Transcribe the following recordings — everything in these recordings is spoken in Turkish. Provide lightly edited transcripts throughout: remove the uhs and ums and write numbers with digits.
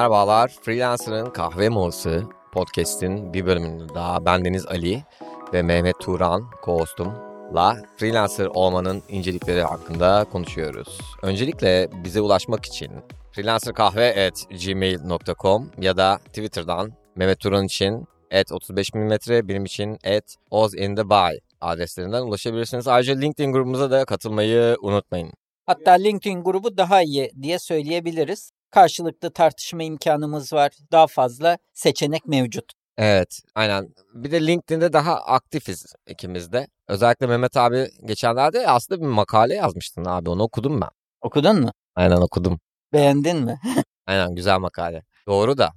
Merhabalar, Freelancer'ın Kahve Molası podcast'in bir bölümünde daha bendeniz Ali ve Mehmet Turan co-hostum'la freelancer olmanın incelikleri hakkında konuşuyoruz. Öncelikle bize ulaşmak için freelancerkahve@gmail.com ya da Twitter'dan Mehmet Turan için @35mm, benim için @ozintheby adreslerinden ulaşabilirsiniz. Ayrıca LinkedIn grubumuza da katılmayı unutmayın. Hatta LinkedIn grubu daha iyi diye söyleyebiliriz. Karşılıklı tartışma imkanımız var. Daha fazla seçenek mevcut. Evet, aynen. Bir de LinkedIn'de daha aktifiz ikimiz de. Özellikle Mehmet abi geçenlerde aslında bir makale yazmıştın abi. Onu okudum ben. Okudun mu? Aynen okudum. Beğendin mi? Aynen, güzel makale. Doğru da.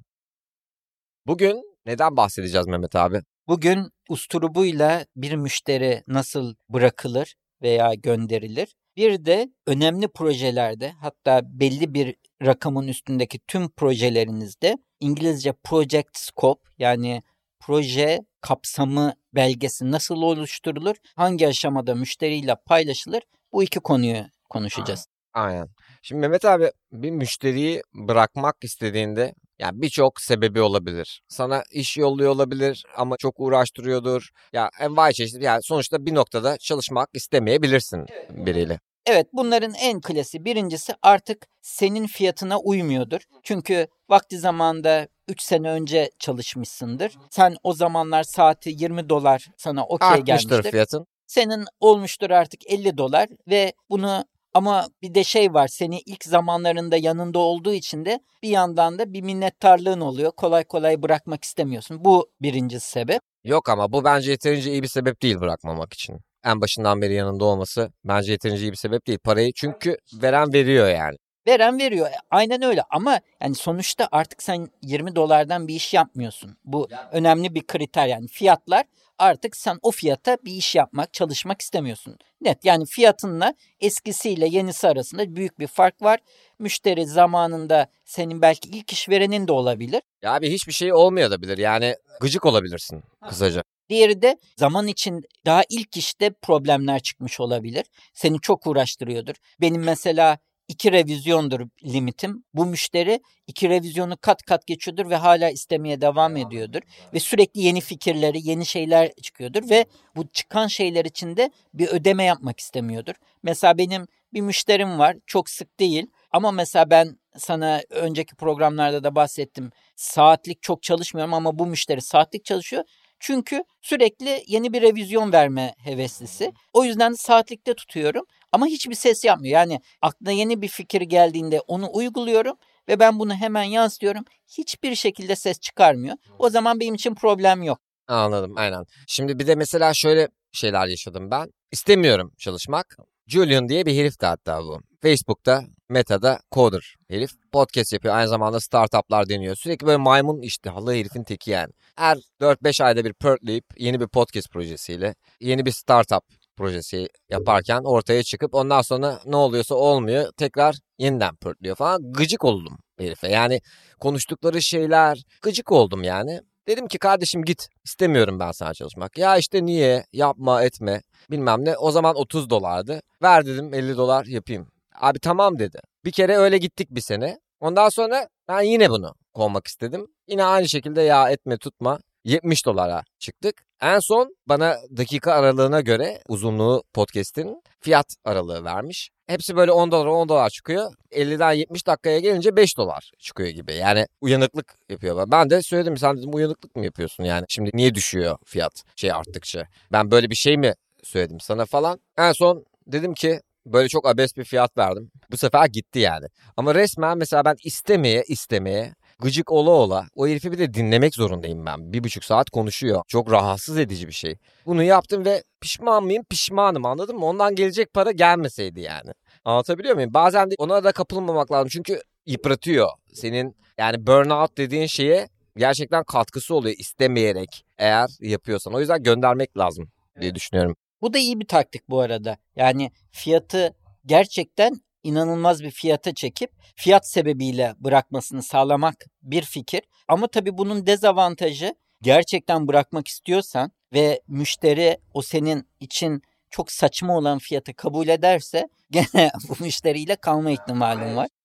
Bugün neden bahsedeceğiz Mehmet abi? Bugün usturubuyla bir müşteri nasıl bırakılır veya gönderilir? Bir de önemli projelerde, hatta belli bir rakamın üstündeki tüm projelerinizde İngilizce project scope, yani proje kapsamı belgesi nasıl oluşturulur? Hangi aşamada müşteriyle paylaşılır? Bu iki konuyu konuşacağız. Aynen. Şimdi Mehmet abi, bir müşteriyi bırakmak istediğinde yani birçok sebebi olabilir. Sana iş yolluyor olabilir ama çok uğraştırıyordur. Ya envai çeşit, yani sonuçta bir noktada çalışmak istemeyebilirsin biriyle. Evet, bunların en klasiği, birincisi artık senin fiyatına uymuyordur. Çünkü vakti zamanında 3 sene önce çalışmışsındır. Sen o zamanlar saati $20 sana okey Artmıştır gelmiştir. fiyatın. Senin olmuştur artık $50 ve bunu, ama bir de şey var, seni ilk zamanlarında yanında olduğu için de bir yandan da bir minnettarlığın oluyor. Kolay kolay bırakmak istemiyorsun. Bu birinci sebep. Yok, ama bu bence yeterince iyi bir sebep değil bırakmamak için. En başından beri yanında olması bence yeterince iyi bir sebep değil. Parayı çünkü veren veriyor yani. Veren veriyor. Aynen öyle, ama yani sonuçta artık sen $20'dan bir iş yapmıyorsun. Bu önemli bir kriter, yani fiyatlar, artık sen o fiyata bir iş yapmak, çalışmak istemiyorsun. Net, yani fiyatınla eskisiyle yenisi arasında büyük bir fark var. Müşteri zamanında senin belki ilk işverenin de olabilir. Ya abi, hiçbir şey olmayabilir, yani gıcık olabilirsin kısaca. Diğeri de zaman için daha ilk işte problemler çıkmış olabilir. Seni çok uğraştırıyordur. Benim mesela 2 revizyondur limitim. Bu müşteri 2 revizyonu kat kat geçiyordur ve hala istemeye devam ediyordur. Ve sürekli yeni fikirleri, yeni şeyler çıkıyordur ve bu çıkan şeyler için de bir ödeme yapmak istemiyordur. Mesela benim bir müşterim var, çok sık değil. Ama mesela ben sana önceki programlarda da bahsettim. Saatlik çok çalışmıyorum ama bu müşteri saatlik çalışıyor. Çünkü sürekli yeni bir revizyon verme heveslisi. O yüzden de saatlikte tutuyorum ama hiçbir ses yapmıyor. Yani aklına yeni bir fikir geldiğinde onu uyguluyorum ve ben bunu hemen yansıtıyorum. Hiçbir şekilde ses çıkarmıyor. O zaman benim için problem yok. Anladım, aynen. Şimdi bir de mesela şöyle şeyler yaşadım ben. İstemiyorum çalışmak. Julian diye bir herif de hatta bu. Facebook'ta, Meta'da coder herif. Podcast yapıyor. Aynı zamanda startuplar deniyor. Sürekli böyle maymun iştahlı herifin teki yani. Her 4-5 ayda bir pörtleyip yeni bir podcast projesiyle, yeni bir startup projesi yaparken ortaya çıkıp ondan sonra ne oluyorsa olmuyor. Tekrar yeniden pörtlüyor falan. Gıcık oldum herife. Yani konuştukları şeyler, gıcık oldum yani. Dedim ki kardeşim git. İstemiyorum ben sana çalışmak. Ya işte niye? Yapma etme. Bilmem ne. O zaman $30'dı. Ver dedim, $50 yapayım. Abi tamam dedi. Bir kere öyle gittik bir sene. Ondan sonra ben yine bunu kovmak istedim. Yine aynı şekilde ya etme tutma. $70 çıktık. En son bana dakika aralığına göre uzunluğu podcast'in fiyat aralığı vermiş. Hepsi böyle $10 çıkıyor. 50'den 70 dakikaya gelince $5 çıkıyor gibi. Yani uyanıklık yapıyor. Ben de söyledim, sen dedim uyanıklık mı yapıyorsun yani? Şimdi niye düşüyor fiyat arttıkça? Ben böyle bir şey mi söyledim sana falan. En son dedim ki böyle çok abes bir fiyat verdim. Bu sefer gitti yani. Ama resmen mesela ben istemeye gıcık ola o herifi bir de dinlemek zorundayım ben. 1,5 saat konuşuyor. Çok rahatsız edici bir şey. Bunu yaptım ve pişman mıyım? Pişmanım, anladın mı? Ondan gelecek para gelmeseydi yani. Anlatabiliyor muyum? Bazen de ona da kapılmamak lazım. Çünkü yıpratıyor. Senin yani burnout dediğin şeye gerçekten katkısı oluyor istemeyerek eğer yapıyorsan. O yüzden göndermek lazım diye düşünüyorum. Bu da iyi bir taktik bu arada. Yani fiyatı gerçekten inanılmaz bir fiyata çekip fiyat sebebiyle bırakmasını sağlamak bir fikir. Ama tabii bunun dezavantajı, gerçekten bırakmak istiyorsan ve müşteri o senin için çok saçma olan fiyatı kabul ederse gene bu müşteriyle kalma ihtimalin var.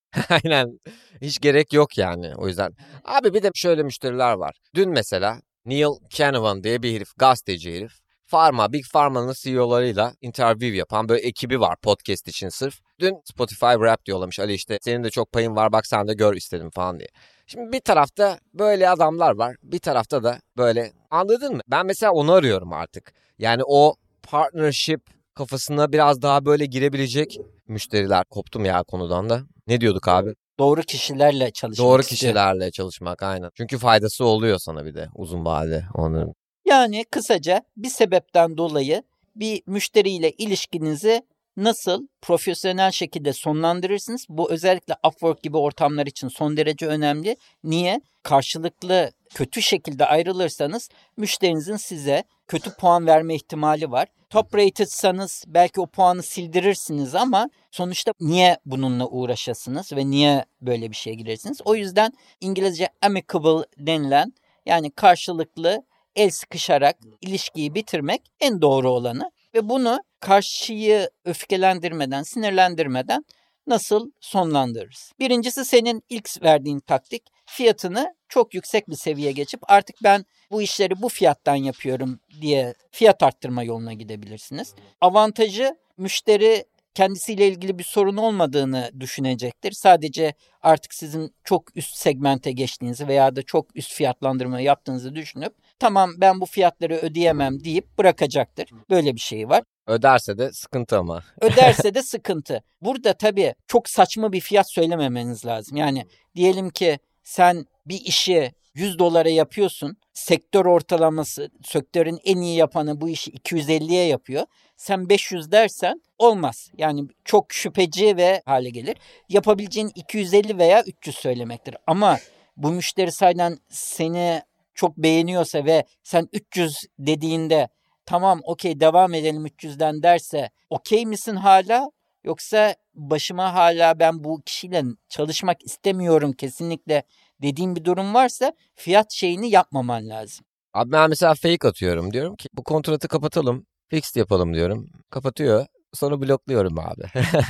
Aynen. Hiç gerek yok yani o yüzden. Abi bir de şöyle müşteriler var. Dün mesela Neil Canavan diye bir herif, gazeteci herif. Big Pharma'nın CEO'larıyla interview yapan böyle ekibi var podcast için sırf. Dün Spotify Rap diyorlamış. Ali işte senin de çok payın var bak sen de gör istedim falan diye. Şimdi bir tarafta böyle adamlar var. Bir tarafta da böyle anladın mı? Ben mesela onu arıyorum artık. Yani o partnership kafasına biraz daha böyle girebilecek müşteriler. Koptum ya konudan da. Ne diyorduk abi? Doğru kişilerle çalışmak Doğru istiyor. kişilerle çalışmak aynen. Çünkü faydası oluyor sana bir de uzun vadede onların. Yani kısaca bir sebepten dolayı bir müşteriyle ilişkinizi nasıl profesyonel şekilde sonlandırırsınız? Bu özellikle Upwork gibi ortamlar için son derece önemli. Niye? Karşılıklı kötü şekilde ayrılırsanız müşterinizin size kötü puan verme ihtimali var. Top rated'sanız belki o puanı sildirirsiniz ama sonuçta niye bununla uğraşasınız ve niye böyle bir şeye girersiniz? O yüzden İngilizce amicable denilen yani karşılıklı el sıkışarak ilişkiyi bitirmek en doğru olanı ve bunu karşıyı öfkelendirmeden, sinirlendirmeden nasıl sonlandırırız? Birincisi senin ilk verdiğin taktik fiyatını çok yüksek bir seviyeye geçip artık ben bu işleri bu fiyattan yapıyorum diye fiyat arttırma yoluna gidebilirsiniz. Avantajı müşteri kendisiyle ilgili bir sorun olmadığını düşünecektir. Sadece artık sizin çok üst segmente geçtiğinizi veya da çok üst fiyatlandırma yaptığınızı düşünüp tamam ben bu fiyatları ödeyemem deyip bırakacaktır. Böyle bir şey var. Öderse de sıkıntı ama. Öderse de sıkıntı. Burada tabii çok saçma bir fiyat söylememeniz lazım. Yani diyelim ki sen bir işi 100 dolara yapıyorsun. Sektör ortalaması, sektörün en iyi yapanı bu işi 250'ye yapıyor. Sen 500 dersen olmaz. Yani çok şüpheci ve hale gelir. Yapabileceğin 250 veya 300 söylemektir. Ama bu müşteri sayeden seni çok beğeniyorsa ve sen 300 dediğinde tamam okey devam edelim 300'den derse okey misin hala? Yoksa başıma hala ben bu kişiyle çalışmak istemiyorum kesinlikle dediğim bir durum varsa fiyat şeyini yapmaman lazım. Abi ben mesela fake atıyorum. Diyorum ki bu kontratı kapatalım. Fixed yapalım diyorum. Kapatıyor. Sonra blokluyorum abi.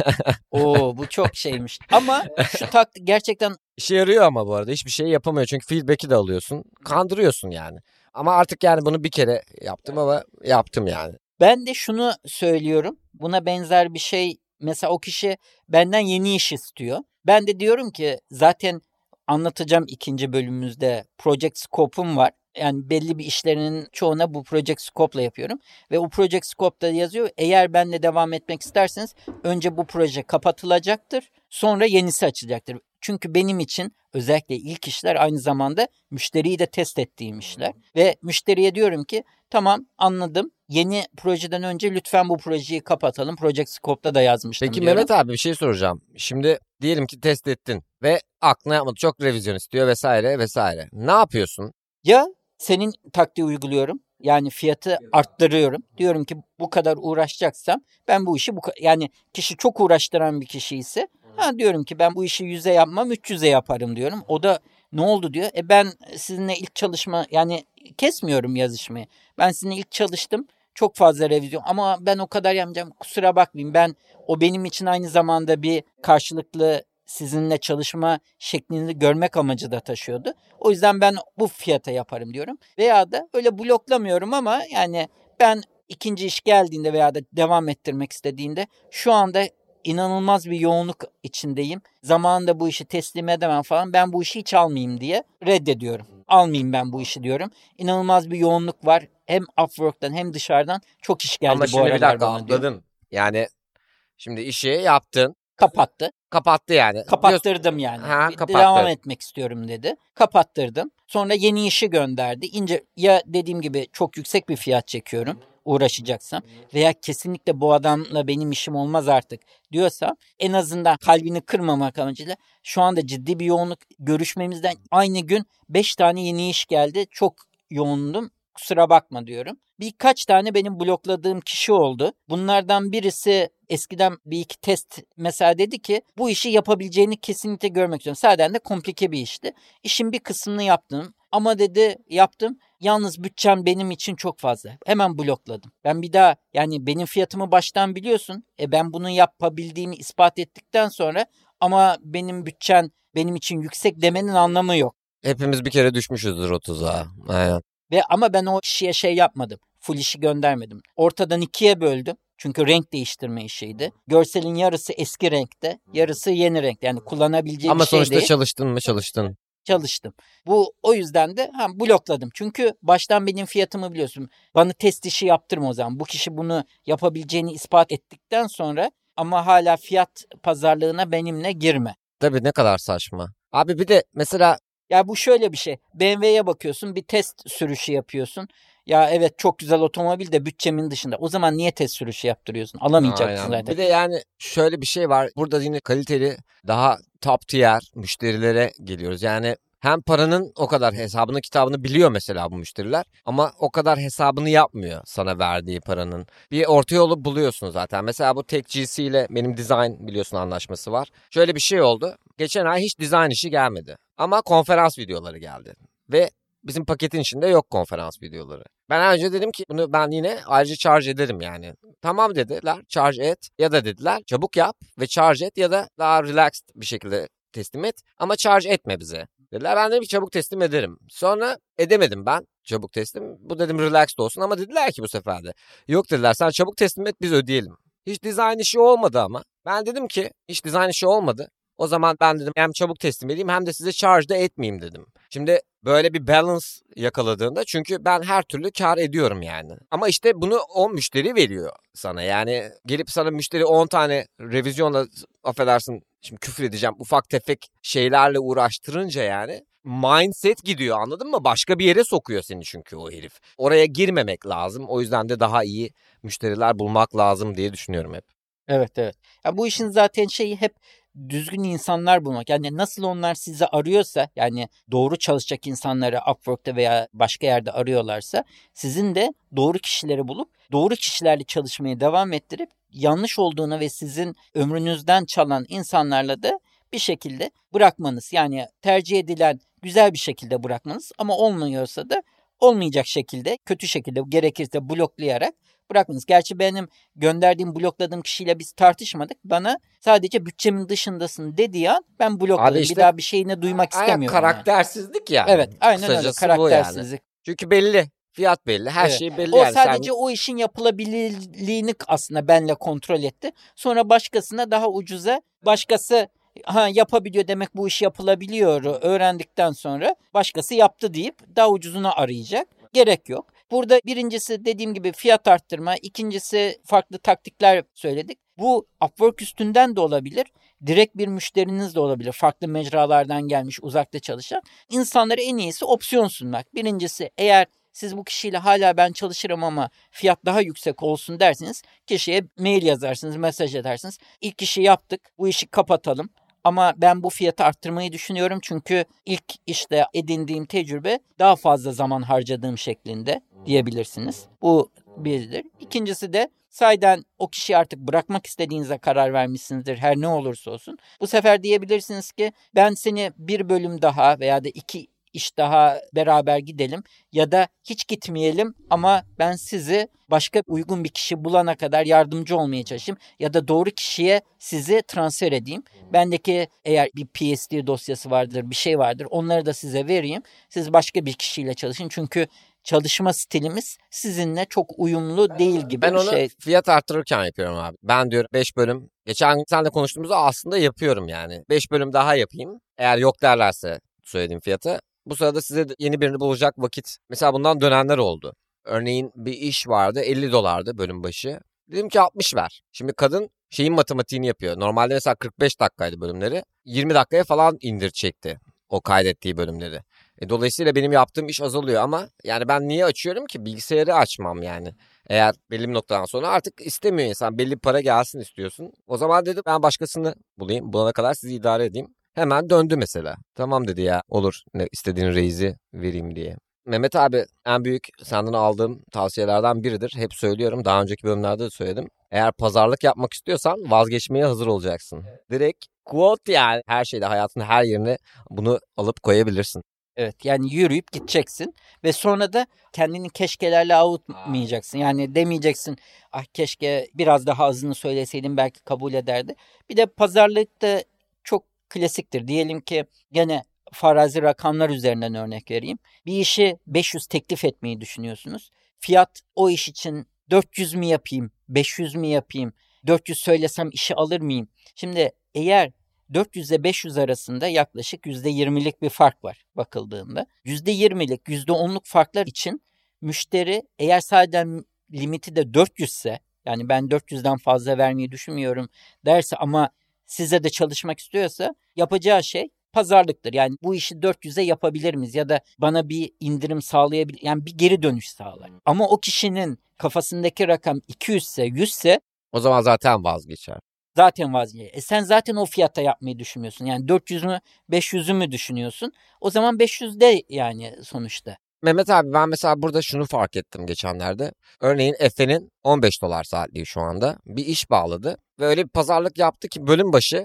Oo bu çok şeymiş. Ama şu taktik gerçekten İşe yarıyor ama bu arada. Hiçbir şey yapamıyor. Çünkü feedback'i de alıyorsun. Kandırıyorsun yani. Ama artık yani bunu bir kere yaptım ama yaptım yani. ben de şunu söylüyorum. Buna benzer bir şey mesela o kişi benden yeni iş istiyor. Ben de diyorum ki zaten anlatacağım ikinci bölümümüzde project scope'um var. Yani belli bir işlerinin çoğuna bu project scope'la yapıyorum. Ve o project scope'da yazıyor eğer benimle devam etmek isterseniz önce bu proje kapatılacaktır. Sonra yenisi açılacaktır. Çünkü benim için özellikle ilk işler aynı zamanda müşteriyi de test ettiğim işler. Ve müşteriye diyorum ki tamam anladım. Yeni projeden önce lütfen bu projeyi kapatalım. Project Scope'da da yazmıştım Peki diyorum. Mehmet abi bir şey soracağım. Şimdi diyelim ki test ettin ve aklına yapmadı. Çok revizyon istiyor vesaire vesaire. Ne yapıyorsun? Ya senin taktiği uyguluyorum. Yani fiyatı arttırıyorum. Diyorum ki bu kadar uğraşacaksam ben bu işi yani kişi çok uğraştıran bir kişi ise diyorum ki ben bu işi 100'e yapmam 300'e yaparım diyorum. O da ne oldu diyor. Ben sizinle ilk çalışma yani kesmiyorum yazışmayı. Ben sizinle ilk çalıştım. Çok fazla revizyon ama ben o kadar yapmayacağım. Kusura bakmayın o benim için aynı zamanda bir karşılıklı sizinle çalışma şeklini görmek amacı da taşıyordu. O yüzden ben bu fiyata yaparım diyorum. Veya da öyle bloklamıyorum ama yani ben ikinci iş geldiğinde veya da devam ettirmek istediğinde şu anda inanılmaz bir yoğunluk içindeyim. Zamanında bu işi teslim edemem falan. Ben bu işi hiç almayayım diye reddediyorum. Almayayım ben bu işi diyorum. İnanılmaz bir yoğunluk var. Hem Upwork'tan hem dışarıdan çok iş geldi Ama bu şimdi bir aralar dakika bana diyor. atladın. Yani şimdi işi yaptın. Kapattı. Kapattı yani. Kapattırdım yani. Kapattı. Devam etmek istiyorum dedi. Kapattırdım. Sonra yeni işi gönderdi. Ya dediğim gibi çok yüksek bir fiyat çekiyorum uğraşacaksam veya kesinlikle bu adamla benim işim olmaz artık diyorsam en azından kalbini kırmamak amacıyla şu anda ciddi bir yoğunluk görüşmemizden aynı gün 5 tane yeni iş geldi. Çok yoğundum. Kusura bakma diyorum. Birkaç tane benim blokladığım kişi oldu. Bunlardan birisi eskiden bir iki test mesela dedi ki bu işi yapabileceğini kesinlikle görmek istiyorum. Zaten de komplike bir işti. İşin bir kısmını yaptım ama dedi yaptım. Yalnız bütçem benim için çok fazla. Hemen blokladım. Ben bir daha yani benim fiyatımı baştan biliyorsun. Ben bunu yapabildiğimi ispat ettikten sonra ama benim bütçen benim için yüksek demenin anlamı yok. Hepimiz bir kere düşmüşüzdür o tuzağa. Aynen. Ama ben o kişiye şey yapmadım. Full işi göndermedim. Ortadan ikiye böldüm. Çünkü renk değiştirme işiydi. Görselin yarısı eski renkte, yarısı yeni renkte. Yani kullanabileceği Ama bir şey sonuçta değil. çalıştın mı çalıştın. Çalıştım. Bu o yüzden de blokladım. Çünkü baştan benim fiyatımı biliyorsun. Bana test işi yaptırma o zaman. Bu kişi bunu yapabileceğini ispat ettikten sonra ama hala fiyat pazarlığına benimle girme. Tabii ne kadar saçma. Abi bir de mesela Ya bu şöyle bir şey. BMW'ye bakıyorsun, bir test sürüşü yapıyorsun. Ya evet çok güzel otomobil de bütçemin dışında. O zaman niye test sürüşü yaptırıyorsun? Alamayacaksın aynen. zaten. Bir de yani şöyle bir şey var. Burada yine kaliteli, daha top tier müşterilere geliyoruz. Yani hem paranın o kadar hesabını kitabını biliyor mesela bu müşteriler ama o kadar hesabını yapmıyor sana verdiği paranın. Bir orta yolu buluyorsun zaten. Mesela bu TechGC ile benim design biliyorsun anlaşması var. Şöyle bir şey oldu. Geçen ay hiç design işi gelmedi ama konferans videoları geldi. Ve bizim paketin içinde yok konferans videoları. Ben önce dedim ki bunu ben yine ayrıca charge ederim yani. Tamam dediler, charge et, ya da dediler çabuk yap ve charge et ya da daha relaxed bir şekilde teslim et ama charge etme bize dediler. Ben dedim ki çabuk teslim ederim. Sonra edemedim ben çabuk teslim. Bu dedim relaxed olsun ama dediler ki bu sefer de yok dediler, sen çabuk teslim et biz ödeyelim. Hiç dizayn işi olmadı ama. Ben dedim ki hiç dizayn işi olmadı. O zaman ben dedim hem çabuk teslim edeyim hem de size charge da etmeyeyim dedim. Şimdi böyle bir balance yakaladığında, çünkü ben her türlü kar ediyorum yani. Ama işte bunu o müşteri veriyor sana. Yani gelip sana müşteri 10 tane revizyonla, affedersin şimdi küfür edeceğim, ufak tefek şeylerle uğraştırınca yani mindset gidiyor, anladın mı? Başka bir yere sokuyor seni çünkü o herif. Oraya girmemek lazım. O yüzden de daha iyi müşteriler bulmak lazım diye düşünüyorum hep. Evet evet. Ya bu işin zaten şeyi hep düzgün insanlar bulmak. Yani nasıl onlar sizi arıyorsa, yani doğru çalışacak insanları Upwork'ta veya başka yerde arıyorlarsa, sizin de doğru kişileri bulup doğru kişilerle çalışmaya devam ettirip yanlış olduğunu ve sizin ömrünüzden çalan insanlarla da bir şekilde bırakmanız. Yani tercih edilen güzel bir şekilde bırakmanız ama olmuyorsa da olmayacak şekilde, kötü şekilde gerekirse bloklayarak bırakmanız. Gerçi benim gönderdiğim, blokladığım kişiyle biz tartışmadık. Bana sadece bütçemin dışındasın dediği an ben blokladım. Abi işte, bir daha bir şeyini duymak istemiyorum. Karaktersizlik yani. Evet, aynen öyle. Kısacası bu yani. Karaktersizlik. Çünkü belli. Fiyat belli. Her Evet. şey belli O yani. sadece o işin yapılabilirliğini aslında benle kontrol etti. Sonra başkasına daha ucuza, başkası yapabiliyor demek bu iş yapılabiliyor öğrendikten sonra başkası yaptı deyip daha ucuzunu arayacak. Gerek yok. Burada birincisi dediğim gibi fiyat arttırma, ikincisi farklı taktikler söyledik. Bu Upwork üstünden de olabilir. Direkt bir müşteriniz de olabilir. Farklı mecralardan gelmiş, uzakta çalışan. İnsanlara en iyisi opsiyon sunmak. Birincisi, eğer siz bu kişiyle hala ben çalışırım ama fiyat daha yüksek olsun derseniz kişiye mail yazarsınız, mesaj edersiniz. İlk işi yaptık, bu işi kapatalım. Ama ben bu fiyatı arttırmayı düşünüyorum çünkü ilk işte edindiğim tecrübe daha fazla zaman harcadığım şeklinde diyebilirsiniz. Bu biridir. İkincisi de sahiden o kişiyi artık bırakmak istediğinize karar vermişsinizdir her ne olursa olsun. Bu sefer diyebilirsiniz ki ben seni bir bölüm daha veya da 2 iş daha beraber gidelim ya da hiç gitmeyelim ama ben sizi başka uygun bir kişi bulana kadar yardımcı olmaya çalışayım ya da doğru kişiye sizi transfer edeyim. Bendeki eğer bir PSD dosyası vardır, bir şey vardır, onları da size vereyim. Siz başka bir kişiyle çalışın çünkü çalışma stilimiz sizinle çok uyumlu değil gibi Ben bir onu şey. fiyat arttırırken yapıyorum abi. Ben diyorum 5 bölüm. Geçen gün seninle konuştuğumuzda aslında yapıyorum yani. 5 bölüm daha yapayım. Eğer yok derlerse söylediğim fiyatı. Bu sırada size yeni birini bulacak vakit. Mesela bundan dönenler oldu. Örneğin bir iş vardı, $50 bölüm başı. Dedim ki 60 ver. Şimdi kadın şeyin matematiğini yapıyor. Normalde mesela 45 dakikaydı bölümleri. 20 dakikaya falan indirecekti o kaydettiği bölümleri. Dolayısıyla benim yaptığım iş azalıyor ama yani ben niye açıyorum ki? Bilgisayarı açmam yani. Eğer belli bir noktadan sonra artık istemiyor insan. Belli bir para gelsin istiyorsun. O zaman dedim ben başkasını bulayım. Bulana kadar sizi idare edeyim. Hemen döndü mesela. Tamam dedi ya, olur, ne istediğin raise'i vereyim diye. Mehmet abi, en büyük senden aldığım tavsiyelerden biridir. Hep söylüyorum, daha önceki bölümlerde de söyledim. Eğer pazarlık yapmak istiyorsan vazgeçmeye hazır olacaksın. Direkt quote yani, her şeyde, hayatın her yerine bunu alıp koyabilirsin. Evet, yani yürüyüp gideceksin ve sonra da kendini keşkelerle avutmayacaksın. Yani demeyeceksin ah keşke biraz daha azını söyleseydim belki kabul ederdi. Bir de pazarlıkta çok klasiktir. Diyelim ki gene farazi rakamlar üzerinden örnek vereyim. Bir işi 500 teklif etmeyi düşünüyorsunuz. Fiyat o iş için 400 mi yapayım, 500 mi yapayım, 400 söylesem işi alır mıyım? Şimdi eğer 400 ile 500 arasında yaklaşık %20'lik bir fark var bakıldığında. %20'lik, %10'luk farklar için müşteri eğer sadece limiti de 400 ise, yani ben 400'den fazla vermeyi düşünmüyorum derse ama size de çalışmak istiyorsa yapacağı şey pazarlıktır. Yani bu işi 400'e yapabilir miyiz ya da bana bir indirim sağlayabilir, yani bir geri dönüş sağlar. Ama o kişinin kafasındaki rakam 200 ise 100 ise O zaman zaten vazgeçer. zaten vazgeçer. Sen zaten o fiyata yapmayı düşünmüyorsun. Yani 400 mü 500'ü mü düşünüyorsun? O zaman 500'de yani sonuçta. Mehmet abi, ben mesela burada şunu fark ettim geçenlerde. Örneğin Efe'nin $15 saatliği şu anda bir iş bağladı. Ve öyle bir pazarlık yaptı ki bölüm başı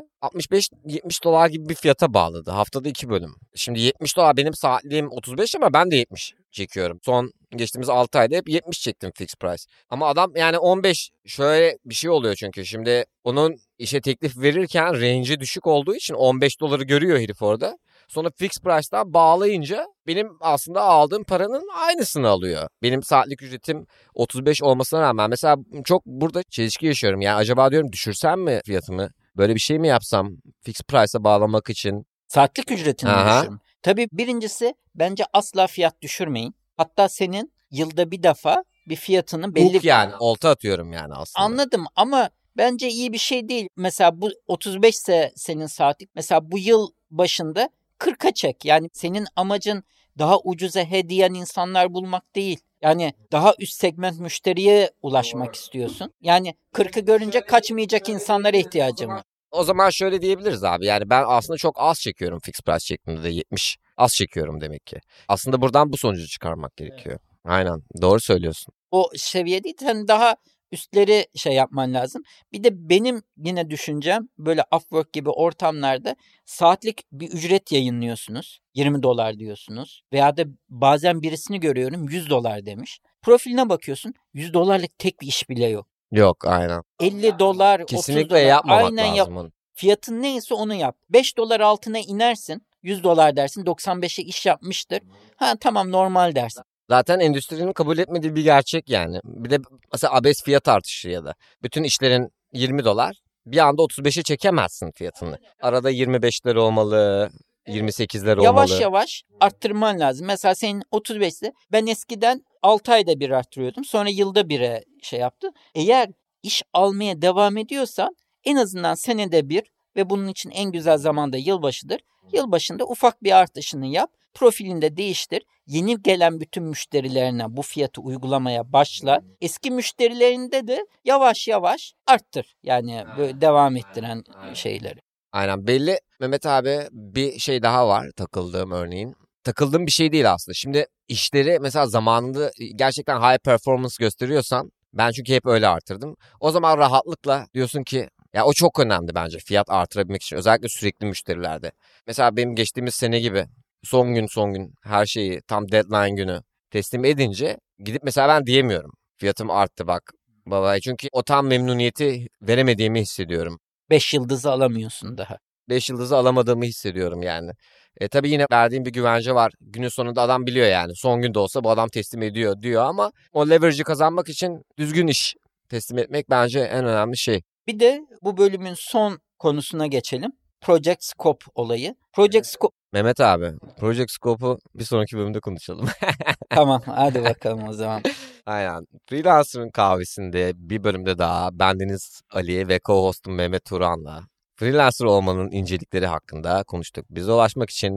$65-70 gibi bir fiyata bağladı. Haftada 2 bölüm. Şimdi $70 benim saatliğim 35 ama ben de 70 çekiyorum. Son geçtiğimiz 6 ayda hep 70 çektim fixed price. Ama adam yani 15, şöyle bir şey oluyor çünkü. Şimdi onun işe teklif verirken range'i düşük olduğu için $15 görüyor herif orada. Sonra fixed price'dan bağlayınca benim aslında aldığım paranın aynısını alıyor. Benim saatlik ücretim 35 olmasına rağmen mesela çok burada çelişki yaşıyorum. Yani acaba diyorum düşürsem mi fiyatımı? Böyle bir şey mi yapsam fixed price'a bağlamak için? Saatlik ücretini Aha. düşürün. Tabii birincisi bence asla fiyat düşürmeyin. Hatta senin yılda bir defa bir fiyatını belli... Yani olta atıyorum yani aslında. Anladım ama bence iyi bir şey değil. Mesela bu 35 ise senin saatlik. Mesela bu yıl başında 40'a çek. Yani senin amacın daha ucuza hediyen insanlar bulmak değil. Yani daha üst segment müşteriye ulaşmak istiyorsun. Yani 40'ı görünce kaçmayacak insanlara ihtiyacım var. O zaman şöyle diyebiliriz abi. Yani ben aslında çok az çekiyorum fixed price şeklinde de 70. Az çekiyorum demek ki. Aslında buradan bu sonucu çıkarmak gerekiyor. Aynen. Doğru söylüyorsun. O seviye değil, hani daha üstleri şey yapman lazım. Bir de benim yine düşüncem böyle Upwork gibi ortamlarda saatlik bir ücret yayınlıyorsunuz. $20 diyorsunuz. Veya da bazen birisini görüyorum $100 demiş. Profiline bakıyorsun $100'lık tek bir iş bile yok. Yok, aynen. $50, Kesinlikle $30. yapmamak Aynen lazım onu. Fiyatın neyse onu yap. $5 altına inersin. $100 dersin. 95'e iş yapmıştır. Ha tamam, normal dersin. Zaten endüstrinin kabul etmediği bir gerçek yani. Bir de mesela abes fiyat artışı ya da bütün işlerin $20 bir anda 35'e çekemezsin fiyatını. Arada 25'ler olmalı, 28'ler olmalı. Yavaş yavaş arttırman lazım. Mesela senin 35'te, ben eskiden 6 ayda bir arttırıyordum. Sonra yılda bire şey yaptı. Eğer iş almaya devam ediyorsan en azından senede bir ve bunun için en güzel zaman da yılbaşıdır. Yılbaşında ufak bir artışını yap. Profilini de değiştir. Yeni gelen bütün müşterilerine bu fiyatı uygulamaya başla. Eski müşterilerinde de yavaş yavaş arttır. Yani böyle devam ettiren şeyleri. Aynen, belli. Mehmet abi, bir şey daha var takıldığım örneğin. Takıldığım bir şey değil aslında. Şimdi işleri mesela zamanında gerçekten high performance gösteriyorsan, ben çünkü hep öyle artırdım. O zaman rahatlıkla diyorsun ki ya o çok önemli bence fiyat artırabilmek için, özellikle sürekli müşterilerde. Mesela benim geçtiğimiz sene gibi son gün her şeyi tam deadline günü teslim edince gidip mesela ben diyemiyorum fiyatım arttı bak baba, çünkü o tam memnuniyeti veremediğimi hissediyorum. 5 yıldızı alamıyorsun daha. 5 yıldızı alamadığımı hissediyorum yani. Tabii yine verdiğim bir güvence var. Günün sonunda adam biliyor yani. Son gün de olsa bu adam teslim ediyor diyor ama o leverage'ı kazanmak için düzgün iş teslim etmek bence en önemli şey. Bir de bu bölümün son konusuna geçelim. Project Scope olayı. Project Scope... Mehmet abi, Project Scope'u bir sonraki bölümde konuşalım. Tamam, hadi bakalım o zaman. Aynen. Freelancer'ın kahvesinde bir bölümde daha bendeniz Ali ve co-hostum Mehmet Turan'la freelancer olmanın incelikleri hakkında konuştuk. Bize ulaşmak için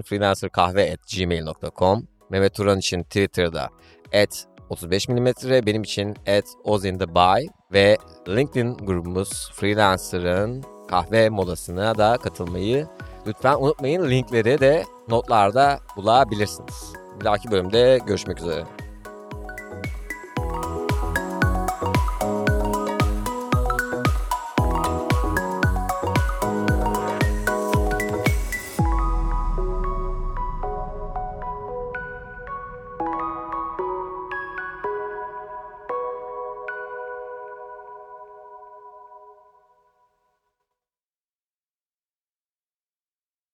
freelancerkahve@gmail.com, Mehmet Turan için Twitter'da @35mm, benim için @ozintheby ve LinkedIn grubumuz Freelancer'ın kahve molasına da katılmayı lütfen unutmayın. Linkleri de notlarda bulabilirsiniz. Bir dahaki bölümde görüşmek üzere.